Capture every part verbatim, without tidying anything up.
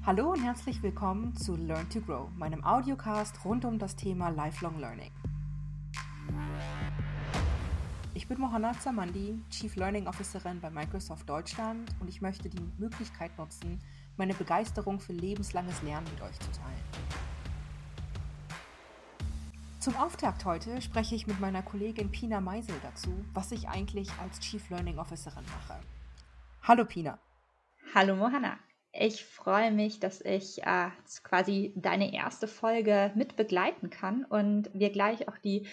Hallo und herzlich willkommen zu Learn to Grow, meinem Audiocast rund um das Thema Lifelong Learning. Ich bin Mohanna Zamandi, Chief Learning Officerin bei Microsoft Deutschland und ich möchte die Möglichkeit nutzen, meine Begeisterung für lebenslanges Lernen mit euch zu teilen. Zum Auftakt heute spreche ich mit meiner Kollegin Pina Meisel dazu, was ich eigentlich als Chief Learning Officerin mache. Hallo Pina. Hallo Mohanna. Ich freue mich, dass ich äh, quasi deine erste Folge mit begleiten kann und wir gleich auch die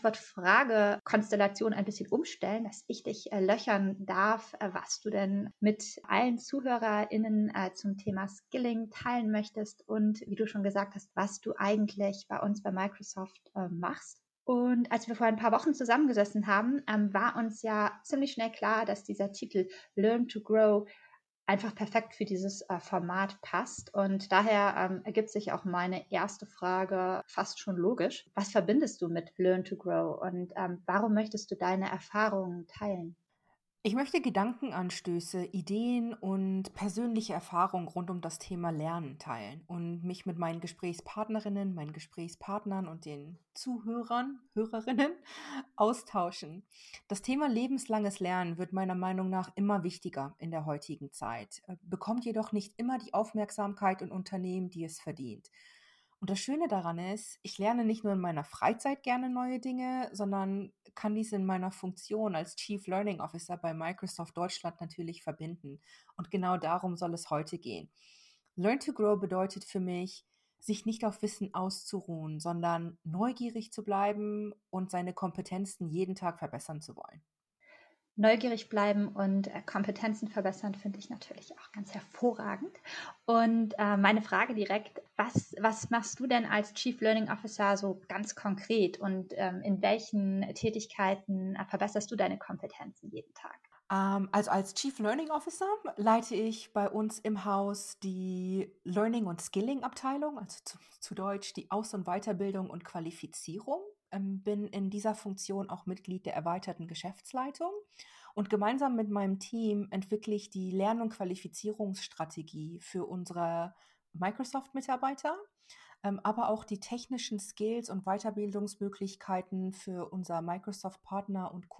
Antwort-Frage-Konstellation ein bisschen umstellen, dass ich dich äh, löchern darf, äh, was du denn mit allen ZuhörerInnen äh, zum Thema Skilling teilen möchtest und wie du schon gesagt hast, was du eigentlich bei uns bei Microsoft äh, machst. Und als wir vor ein paar Wochen zusammengesessen haben, ähm, war uns ja ziemlich schnell klar, dass dieser Titel Learn to Grow einfach perfekt für dieses äh, Format passt. Und daher ähm, ergibt sich auch meine erste Frage fast schon logisch. Was verbindest du mit Learn to Grow und ähm, warum möchtest du deine Erfahrungen teilen? Ich möchte Gedankenanstöße, Ideen und persönliche Erfahrungen rund um das Thema Lernen teilen und mich mit meinen Gesprächspartnerinnen, meinen Gesprächspartnern und den Zuhörern, Hörerinnen austauschen. Das Thema lebenslanges Lernen wird meiner Meinung nach immer wichtiger in der heutigen Zeit, äh, bekommt jedoch nicht immer die Aufmerksamkeit in Unternehmen, die es verdient. Und das Schöne daran ist, ich lerne nicht nur in meiner Freizeit gerne neue Dinge, sondern kann dies in meiner Funktion als Chief Learning Officer bei Microsoft Deutschland natürlich verbinden. Und genau darum soll es heute gehen. Learn to Grow bedeutet für mich, sich nicht auf Wissen auszuruhen, sondern neugierig zu bleiben und seine Kompetenzen jeden Tag verbessern zu wollen. Neugierig bleiben und äh, Kompetenzen verbessern, finde ich natürlich auch ganz hervorragend. Und äh, meine Frage direkt, was, was machst du denn als Chief Learning Officer so ganz konkret und ähm, in welchen Tätigkeiten äh, verbesserst du deine Kompetenzen jeden Tag? Ähm, also als Chief Learning Officer leite ich bei uns im Haus die Learning- und Skilling-Abteilung, also zu, zu Deutsch die Aus- und Weiterbildung und Qualifizierung. Ähm, bin in dieser Funktion auch Mitglied der erweiterten Geschäftsleitung und gemeinsam mit meinem Team entwickle ich die Lern- und Qualifizierungsstrategie für unsere Microsoft-Mitarbeiter, ähm, aber auch die technischen Skills und Weiterbildungsmöglichkeiten für unser Microsoft-Partner- und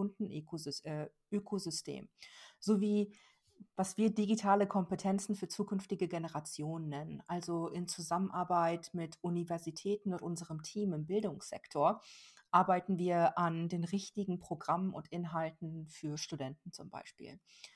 Kundenökosystem, sowie was wir digitale Kompetenzen für zukünftige Generationen nennen, also in Zusammenarbeit mit Universitäten und unserem Team im Bildungssektor arbeiten wir an den richtigen Programmen und Inhalten für Studenten zum Beispiel.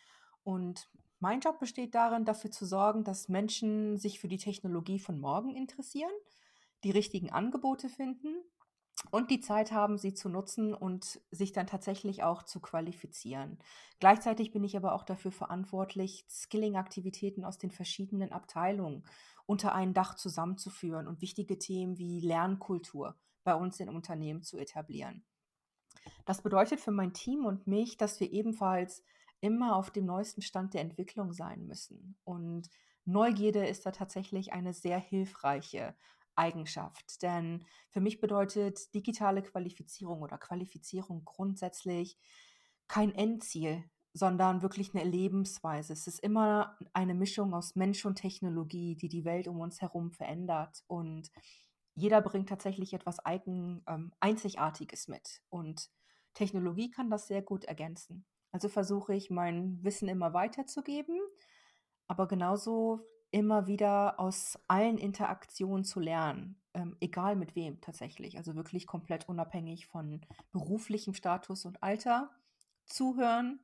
Und mein Job besteht darin, dafür zu sorgen, dass Menschen sich für die Technologie von morgen interessieren, die richtigen Angebote finden und die Zeit haben, sie zu nutzen und sich dann tatsächlich auch zu qualifizieren. Gleichzeitig bin ich aber auch dafür verantwortlich, Skilling-Aktivitäten aus den verschiedenen Abteilungen unter ein Dach zusammenzuführen und wichtige Themen wie Lernkultur bei uns in Unternehmen zu etablieren. Das bedeutet für mein Team und mich, dass wir ebenfalls immer auf dem neuesten Stand der Entwicklung sein müssen. Und Neugierde ist da tatsächlich eine sehr hilfreiche Eigenschaft. Denn für mich bedeutet digitale Qualifizierung oder Qualifizierung grundsätzlich kein Endziel, sondern wirklich eine Lebensweise. Es ist immer eine Mischung aus Mensch und Technologie, die die Welt um uns herum verändert. Und jeder bringt tatsächlich etwas eigen, ähm, Einzigartiges mit. Und Technologie kann das sehr gut ergänzen. Also versuche ich, mein Wissen immer weiterzugeben, aber genauso immer wieder aus allen Interaktionen zu lernen, ähm, egal mit wem tatsächlich. Also wirklich komplett unabhängig von beruflichem Status und Alter, zuhören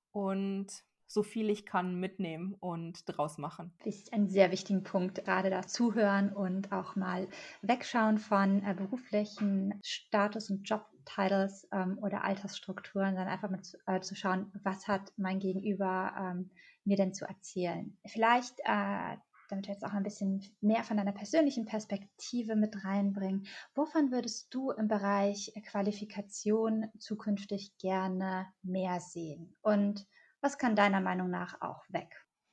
und so viel ich kann mitnehmen und draus machen. Das ist ein sehr wichtigen Punkt, gerade da zuhören und auch mal wegschauen von äh, beruflichen Status und Jobtitles ähm, oder Altersstrukturen, sondern einfach mal zu, äh, zu schauen, was hat mein Gegenüber ähm, mir denn zu erzählen. Vielleicht, äh, damit wir jetzt auch ein bisschen mehr von deiner persönlichen Perspektive mit reinbringen, wovon würdest du im Bereich Qualifikation zukünftig gerne mehr sehen? Und was kann deiner Meinung nach auch weg?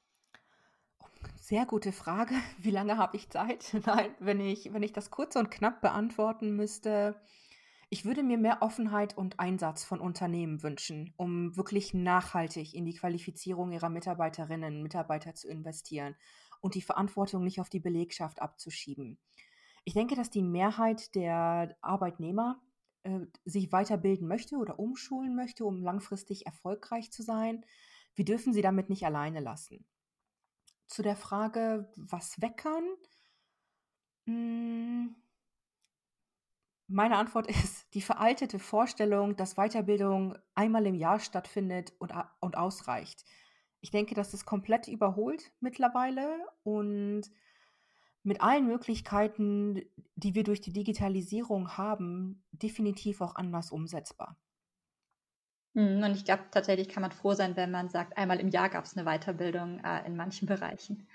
Sehr gute Frage. Wie lange habe ich Zeit? Nein, wenn ich, wenn ich das kurz und knapp beantworten müsste, ich würde mir mehr Offenheit und Einsatz von Unternehmen wünschen, um wirklich nachhaltig in die Qualifizierung ihrer Mitarbeiterinnen und Mitarbeiter zu investieren und die Verantwortung nicht auf die Belegschaft abzuschieben. Ich denke, dass die Mehrheit der Arbeitnehmer äh, sich weiterbilden möchte oder umschulen möchte, um langfristig erfolgreich zu sein. Wir dürfen sie damit nicht alleine lassen. Zu der Frage, was weg kann, mh, meine Antwort ist die veraltete Vorstellung, dass Weiterbildung einmal im Jahr stattfindet und, a- und ausreicht. Ich denke, das ist komplett überholt mittlerweile und mit allen Möglichkeiten, die wir durch die Digitalisierung haben, definitiv auch anders umsetzbar. Mhm, und ich glaube, tatsächlich kann man froh sein, wenn man sagt, einmal im Jahr gab es eine Weiterbildung äh, in manchen Bereichen.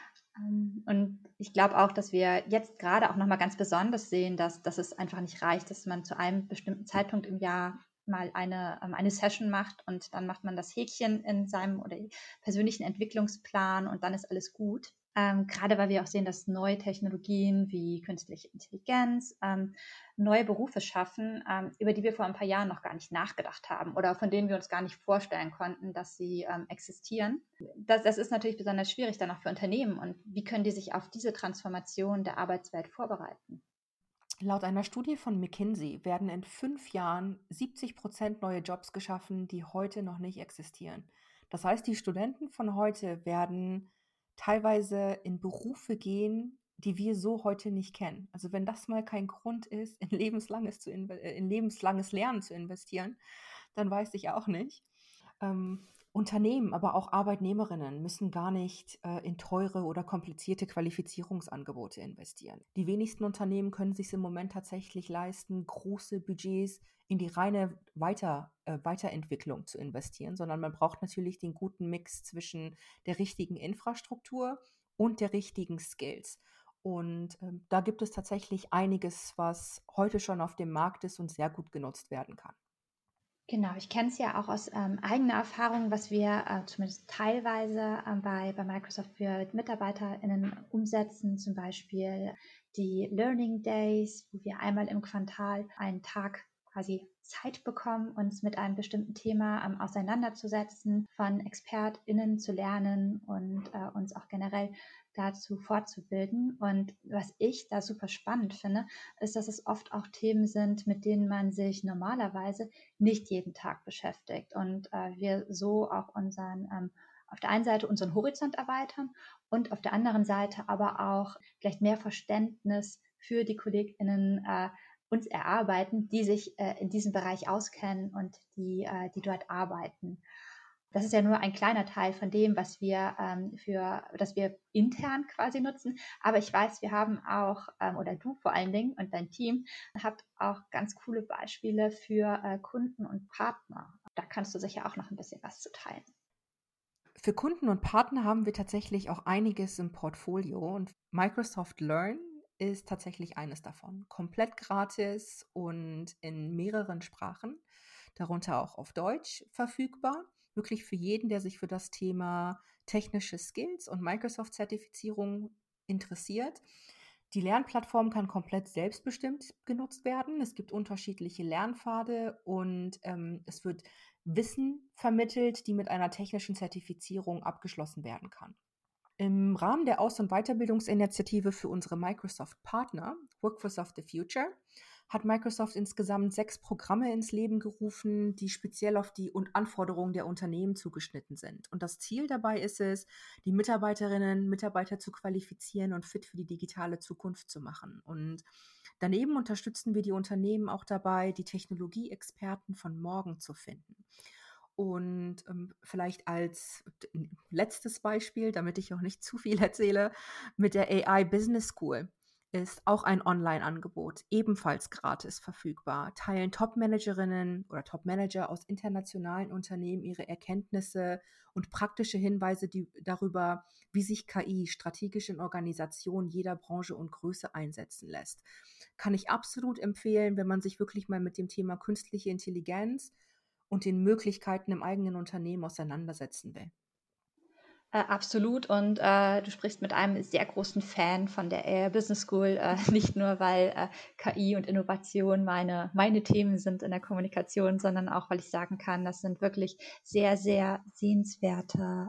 Ähm, Und ich glaube auch, dass wir jetzt gerade auch nochmal ganz besonders sehen, dass, dass es einfach nicht reicht, dass man zu einem bestimmten Zeitpunkt im Jahr mal eine, ähm, eine Session macht und dann macht man das Häkchen in seinem oder persönlichen Entwicklungsplan und dann ist alles gut. Ähm, gerade weil wir auch sehen, dass neue Technologien wie künstliche Intelligenz ähm, neue Berufe schaffen, ähm, über die wir vor ein paar Jahren noch gar nicht nachgedacht haben oder von denen wir uns gar nicht vorstellen konnten, dass sie ähm, existieren. Das, das ist natürlich besonders schwierig dann auch für Unternehmen. Und wie können die sich auf diese Transformation der Arbeitswelt vorbereiten? Laut einer Studie von McKinsey werden in fünf Jahren siebzig Prozent neue Jobs geschaffen, die heute noch nicht existieren. Das heißt, die Studenten von heute werden teilweise in Berufe gehen, die wir so heute nicht kennen. Also wenn das mal kein Grund ist, in lebenslanges, zu inve- äh, in lebenslanges Lernen zu investieren, dann weiß ich auch nicht. Ähm, Unternehmen, aber auch Arbeitnehmerinnen müssen gar nicht äh, in teure oder komplizierte Qualifizierungsangebote investieren. Die wenigsten Unternehmen können sich im Moment tatsächlich leisten, große Budgets in die reine Weiter, äh, Weiterentwicklung zu investieren, sondern man braucht natürlich den guten Mix zwischen der richtigen Infrastruktur und der richtigen Skills. Und ähm, da gibt es tatsächlich einiges, was heute schon auf dem Markt ist und sehr gut genutzt werden kann. Genau, ich kenne es ja auch aus ähm, eigener Erfahrung, was wir äh, zumindest teilweise ähm, bei, bei Microsoft für MitarbeiterInnen umsetzen, zum Beispiel die Learning Days, wo wir einmal im Quartal einen Tag quasi Zeit bekommen, uns mit einem bestimmten Thema ähm, auseinanderzusetzen, von ExpertInnen zu lernen und äh, uns auch generell dazu fortzubilden. Und was ich da super spannend finde, ist, dass es oft auch Themen sind, mit denen man sich normalerweise nicht jeden Tag beschäftigt und äh, wir so auch unseren, ähm, auf der einen Seite unseren Horizont erweitern und auf der anderen Seite aber auch vielleicht mehr Verständnis für die KollegInnen äh, uns erarbeiten, die sich äh, in diesem Bereich auskennen und die, äh, die dort arbeiten. Das ist ja nur ein kleiner Teil von dem, was wir ähm, für, das wir intern quasi nutzen. Aber ich weiß, wir haben auch, ähm, oder du vor allen Dingen und dein Team, habt auch ganz coole Beispiele für äh, Kunden und Partner. Da kannst du sicher auch noch ein bisschen was zu teilen. Für Kunden und Partner haben wir tatsächlich auch einiges im Portfolio und Microsoft Learn ist tatsächlich eines davon. Komplett gratis und in mehreren Sprachen, darunter auch auf Deutsch verfügbar. Wirklich für jeden, der sich für das Thema technische Skills und Microsoft-Zertifizierung interessiert. Die Lernplattform kann komplett selbstbestimmt genutzt werden. Es gibt unterschiedliche Lernpfade und ähm, es wird Wissen vermittelt, die mit einer technischen Zertifizierung abgeschlossen werden kann. Im Rahmen der Aus- und Weiterbildungsinitiative für unsere Microsoft-Partner, Workforce of the Future, hat Microsoft insgesamt sechs Programme ins Leben gerufen, die speziell auf die Anforderungen der Unternehmen zugeschnitten sind. Und das Ziel dabei ist es, die Mitarbeiterinnen und Mitarbeiter zu qualifizieren und fit für die digitale Zukunft zu machen. Und daneben unterstützen wir die Unternehmen auch dabei, die Technologieexperten von morgen zu finden. Und ähm, vielleicht als letztes Beispiel, damit ich auch nicht zu viel erzähle, mit der A I Business School ist auch ein Online-Angebot, ebenfalls gratis verfügbar. Teilen Top-Managerinnen oder Top-Manager aus internationalen Unternehmen ihre Erkenntnisse und praktische Hinweise die, darüber, wie sich K I strategisch in Organisationen jeder Branche und Größe einsetzen lässt. Kann ich absolut empfehlen, wenn man sich wirklich mal mit dem Thema künstliche Intelligenz und den Möglichkeiten im eigenen Unternehmen auseinandersetzen will. Äh, absolut. Und äh, du sprichst mit einem sehr großen Fan von der A I Business School, äh, nicht nur, weil äh, K I und Innovation meine, meine Themen sind in der Kommunikation, sondern auch, weil ich sagen kann, das sind wirklich sehr, sehr sehenswerte äh,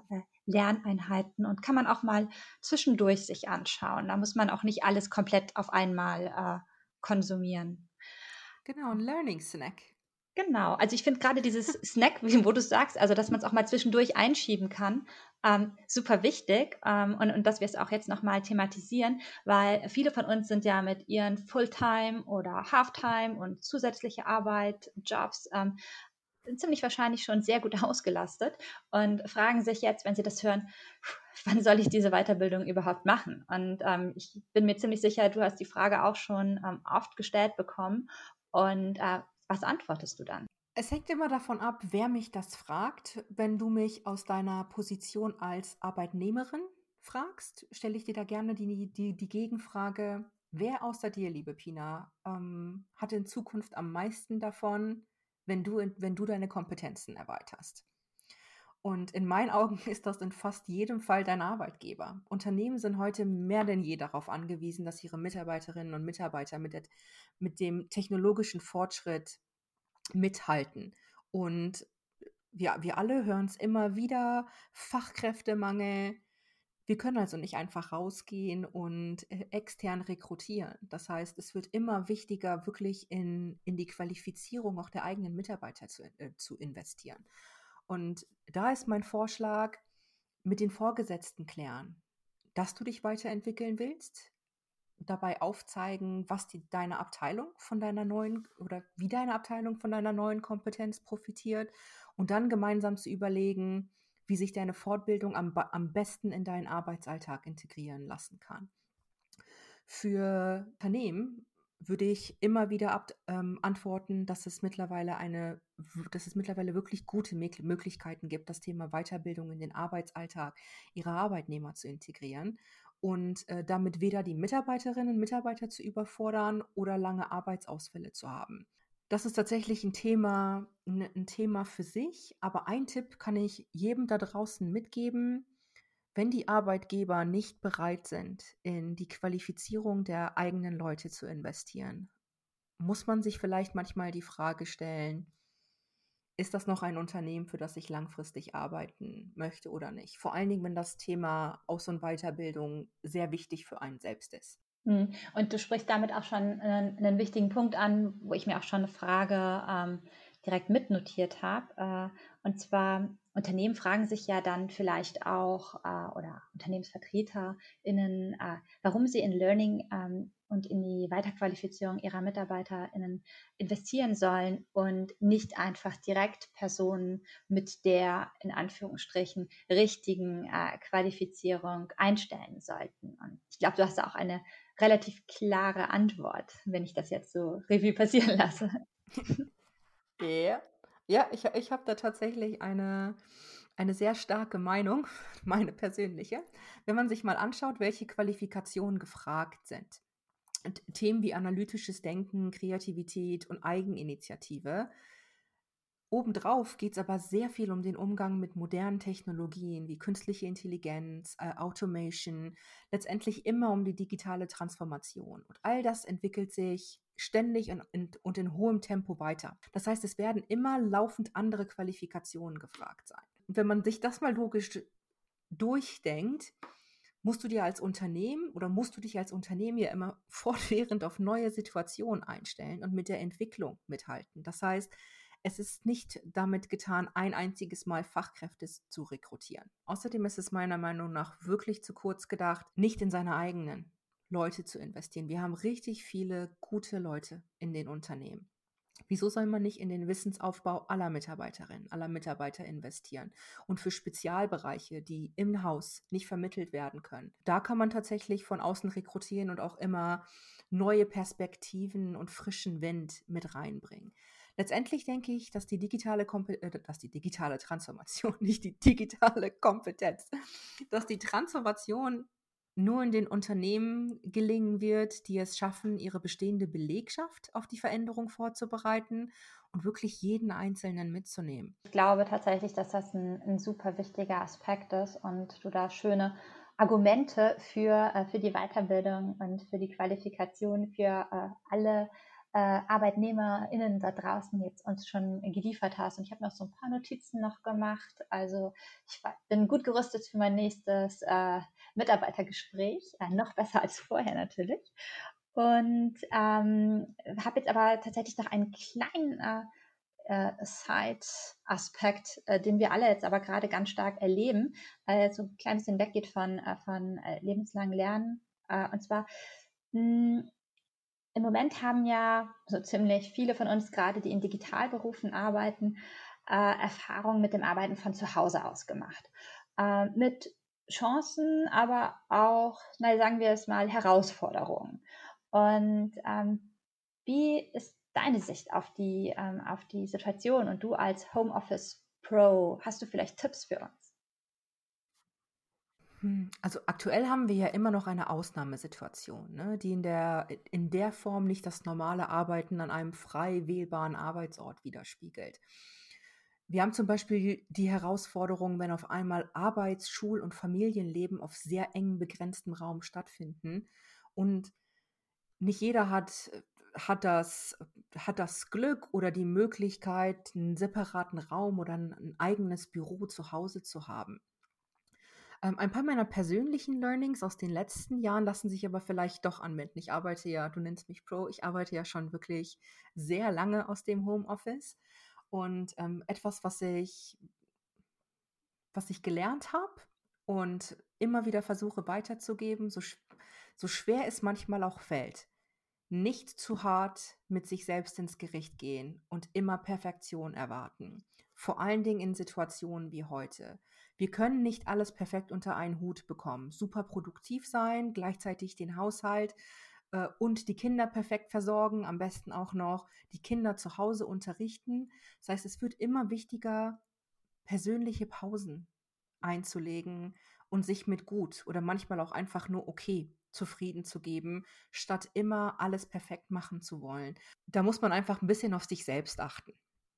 Lerneinheiten und kann man auch mal zwischendurch sich anschauen. Da muss man auch nicht alles komplett auf einmal äh, konsumieren. Genau, ein Learning Snack. Genau, also ich finde gerade dieses Snack, wie wo du sagst, also dass man es auch mal zwischendurch einschieben kann, ähm, super wichtig ähm, und, und dass wir es auch jetzt nochmal thematisieren, weil viele von uns sind ja mit ihren Fulltime oder Halftime und zusätzliche Arbeit, Jobs ähm, ziemlich wahrscheinlich schon sehr gut ausgelastet und fragen sich jetzt, wenn sie das hören, wann soll ich diese Weiterbildung überhaupt machen? Und ähm, ich bin mir ziemlich sicher, du hast die Frage auch schon ähm, oft gestellt bekommen. Und äh, was antwortest du dann? Es hängt immer davon ab, wer mich das fragt. Wenn du mich aus deiner Position als Arbeitnehmerin fragst, stelle ich dir da gerne die, die, die Gegenfrage, wer außer dir, liebe Pina, ähm, hat in Zukunft am meisten davon, wenn du, in- wenn du deine Kompetenzen erweiterst? Und in meinen Augen ist das in fast jedem Fall dein Arbeitgeber. Unternehmen sind heute mehr denn je darauf angewiesen, dass ihre Mitarbeiterinnen und Mitarbeiter mit, der, mit dem technologischen Fortschritt mithalten. Und wir, wir alle hören es immer wieder, Fachkräftemangel. Wir können also nicht einfach rausgehen und äh, extern rekrutieren. Das heißt, es wird immer wichtiger, wirklich in, in die Qualifizierung auch der eigenen Mitarbeiter zu, äh, zu investieren. Und da ist mein Vorschlag, mit den Vorgesetzten klären, dass du dich weiterentwickeln willst, dabei aufzeigen, was die, deine Abteilung von deiner neuen oder wie deine Abteilung von deiner neuen Kompetenz profitiert und dann gemeinsam zu überlegen, wie sich deine Fortbildung am, am besten in deinen Arbeitsalltag integrieren lassen kann. Für Unternehmen würde ich immer wieder ab, ähm, antworten, dass es mittlerweile eine, dass es mittlerweile wirklich gute Möglichkeiten gibt, das Thema Weiterbildung in den Arbeitsalltag ihrer Arbeitnehmer zu integrieren und äh, damit weder die Mitarbeiterinnen und Mitarbeiter zu überfordern oder lange Arbeitsausfälle zu haben. Das ist tatsächlich ein Thema, ein, ein Thema für sich, aber ein Tipp kann ich jedem da draußen mitgeben: Wenn die Arbeitgeber nicht bereit sind, in die Qualifizierung der eigenen Leute zu investieren, muss man sich vielleicht manchmal die Frage stellen, ist das noch ein Unternehmen, für das ich langfristig arbeiten möchte oder nicht? Vor allen Dingen, wenn das Thema Aus- und Weiterbildung sehr wichtig für einen selbst ist. Mhm. Und du sprichst damit auch schon einen, einen wichtigen Punkt an, wo ich mir auch schon eine Frage ähm, direkt mitnotiert habe. Äh, und zwar, Unternehmen fragen sich ja dann vielleicht auch, äh, oder UnternehmensvertreterInnen, äh, warum sie in Learning ähm, und in die Weiterqualifizierung ihrer MitarbeiterInnen investieren sollen und nicht einfach direkt Personen mit der in Anführungsstrichen richtigen äh, Qualifizierung einstellen sollten. Und ich glaube, du hast da auch eine relativ klare Antwort, wenn ich das jetzt so Revue passieren lasse. Ja, ja, ich, ich habe da tatsächlich eine, eine sehr starke Meinung, meine persönliche. Wenn man sich mal anschaut, welche Qualifikationen gefragt sind. Und Themen wie analytisches Denken, Kreativität und Eigeninitiative. Obendrauf geht es aber sehr viel um den Umgang mit modernen Technologien wie künstliche Intelligenz, äh, Automation, letztendlich immer um die digitale Transformation. Und all das entwickelt sich ständig und, und, und in hohem Tempo weiter. Das heißt, es werden immer laufend andere Qualifikationen gefragt sein. Und wenn man sich das mal logisch durchdenkt, musst du dir als Unternehmen oder musst du dich als Unternehmen ja immer fortwährend auf neue Situationen einstellen und mit der Entwicklung mithalten. Das heißt, es ist nicht damit getan, ein einziges Mal Fachkräfte zu rekrutieren. Außerdem ist es meiner Meinung nach wirklich zu kurz gedacht, nicht in seine eigenen Leute zu investieren. Wir haben richtig viele gute Leute in den Unternehmen. Wieso soll man nicht in den Wissensaufbau aller Mitarbeiterinnen, aller Mitarbeiter investieren? Und für Spezialbereiche, die im Haus nicht vermittelt werden können, da kann man tatsächlich von außen rekrutieren und auch immer neue Perspektiven und frischen Wind mit reinbringen. Letztendlich denke ich, dass die digitale Kompe äh, dass die digitale Transformation, nicht die digitale Kompetenz, dass die Transformation nur in den Unternehmen gelingen wird, die es schaffen, ihre bestehende Belegschaft auf die Veränderung vorzubereiten und wirklich jeden Einzelnen mitzunehmen. Ich glaube tatsächlich, dass das ein, ein super wichtiger Aspekt ist und du da schöne Argumente für, äh, für die Weiterbildung und für die Qualifikation für äh, alle äh, ArbeitnehmerInnen da draußen jetzt uns schon geliefert hast. Und ich habe noch so ein paar Notizen noch gemacht. Also ich bin gut gerüstet für mein nächstes äh, Mitarbeitergespräch, äh, noch besser als vorher natürlich. Und ähm, habe jetzt aber tatsächlich noch einen kleinen äh, äh, Side-Aspekt, äh, den wir alle jetzt aber gerade ganz stark erleben, äh, so ein klein bisschen weggeht von, äh, von äh, lebenslang Lernen. Äh, und zwar mh, im Moment haben ja so ziemlich viele von uns, gerade die in Digitalberufen arbeiten, äh, Erfahrungen mit dem Arbeiten von zu Hause aus gemacht. Äh, mit Chancen, aber auch, na, sagen wir es mal, Herausforderungen. Und ähm, wie ist deine Sicht auf die, ähm, auf die Situation? Und du als Homeoffice Pro, hast du vielleicht Tipps für uns? Hm, also aktuell haben wir ja immer noch eine Ausnahmesituation, ne, die in der, in der Form nicht das normale Arbeiten an einem frei wählbaren Arbeitsort widerspiegelt. Wir haben zum Beispiel die Herausforderung, wenn auf einmal Arbeits-, Schul- und Familienleben auf sehr eng begrenztem Raum stattfinden und nicht jeder hat, hat das, hat das Glück oder die Möglichkeit, einen separaten Raum oder ein, ein eigenes Büro zu Hause zu haben. Ähm, ein paar meiner persönlichen Learnings aus den letzten Jahren lassen sich aber vielleicht doch anwenden. Ich arbeite ja, du nennst mich Pro, ich arbeite ja schon wirklich sehr lange aus dem Homeoffice. Und ähm, etwas, was ich, was ich gelernt habe und immer wieder versuche weiterzugeben, so, sch- so schwer es manchmal auch fällt, nicht zu hart mit sich selbst ins Gericht gehen und immer Perfektion erwarten. Vor allen Dingen in Situationen wie heute. Wir können nicht alles perfekt unter einen Hut bekommen. Super produktiv sein, gleichzeitig den Haushalt äh, und die Kinder perfekt versorgen, am besten auch noch die Kinder zu Hause unterrichten. Das heißt, es wird immer wichtiger, persönliche Pausen einzulegen und sich mit gut oder manchmal auch einfach nur okay zufrieden zu geben, statt immer alles perfekt machen zu wollen. Da muss man einfach ein bisschen auf sich selbst achten.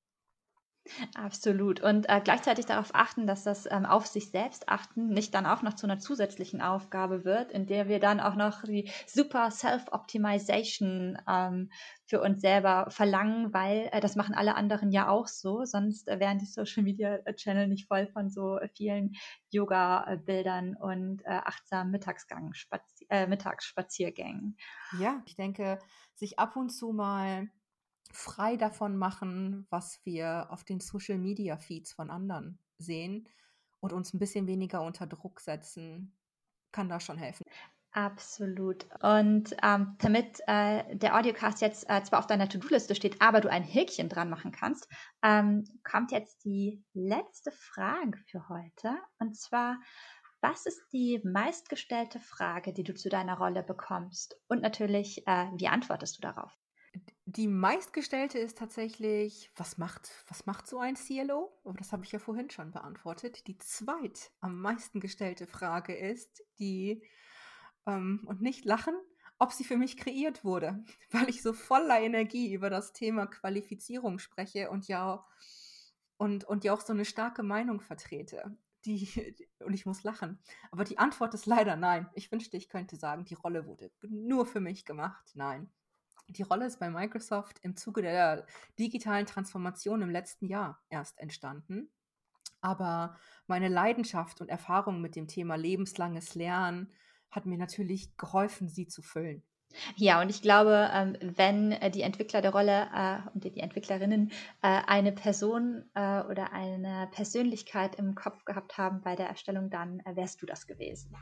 Absolut. Und äh, gleichzeitig darauf achten, dass das ähm, auf sich selbst achten nicht dann auch noch zu einer zusätzlichen Aufgabe wird, in der wir dann auch noch die super Self-Optimization ähm, für uns selber verlangen, weil äh, das machen alle anderen ja auch so, sonst äh, wären die Social Media Channel nicht voll von so vielen Yoga-Bildern und äh, achtsamen Mittagsgang, Spazi äh, Mittagsspaziergängen. Ja, ich denke, sich ab und zu mal frei davon machen, was wir auf den Social-Media-Feeds von anderen sehen und uns ein bisschen weniger unter Druck setzen, kann da schon helfen. Absolut. Und ähm, damit äh, der Audiocast jetzt äh, zwar auf deiner To-Do-Liste steht, aber du ein Häkchen dran machen kannst, ähm, kommt jetzt die letzte Frage für heute. Und zwar, was ist die meistgestellte Frage, die du zu deiner Rolle bekommst? Und natürlich, äh, wie antwortest du darauf? Die meistgestellte ist tatsächlich, was macht, was macht so ein C L O? Aber das habe ich ja vorhin schon beantwortet. Die zweit am meisten gestellte Frage ist, die, ähm, und nicht lachen, ob sie für mich kreiert wurde, weil ich so voller Energie über das Thema Qualifizierung spreche und ja, und, und ja auch so eine starke Meinung vertrete. Die, und ich muss lachen. Aber die Antwort ist leider nein. Ich wünschte, ich könnte sagen, die Rolle wurde nur für mich gemacht. Nein. Die Rolle ist bei Microsoft im Zuge der digitalen Transformation im letzten Jahr erst entstanden. Aber meine Leidenschaft und Erfahrung mit dem Thema lebenslanges Lernen hat mir natürlich geholfen, sie zu füllen. Ja, und ich glaube, ähm, wenn äh, die Entwickler der Rolle äh, und die Entwicklerinnen äh, eine Person äh, oder eine Persönlichkeit im Kopf gehabt haben bei der Erstellung, dann äh, wärst du das gewesen.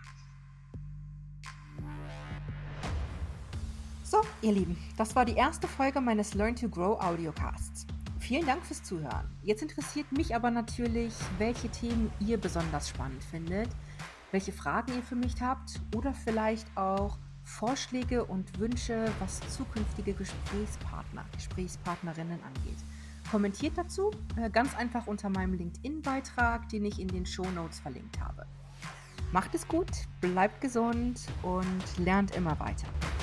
So, ihr Lieben, das war die erste Folge meines Learn to Grow Audiocasts. Vielen Dank fürs Zuhören. Jetzt interessiert mich aber natürlich, welche Themen ihr besonders spannend findet, welche Fragen ihr für mich habt oder vielleicht auch Vorschläge und Wünsche, was zukünftige Gesprächspartner, Gesprächspartnerinnen angeht. Kommentiert dazu äh, ganz einfach unter meinem LinkedIn-Beitrag, den ich in den Shownotes verlinkt habe. Macht es gut, bleibt gesund und lernt immer weiter.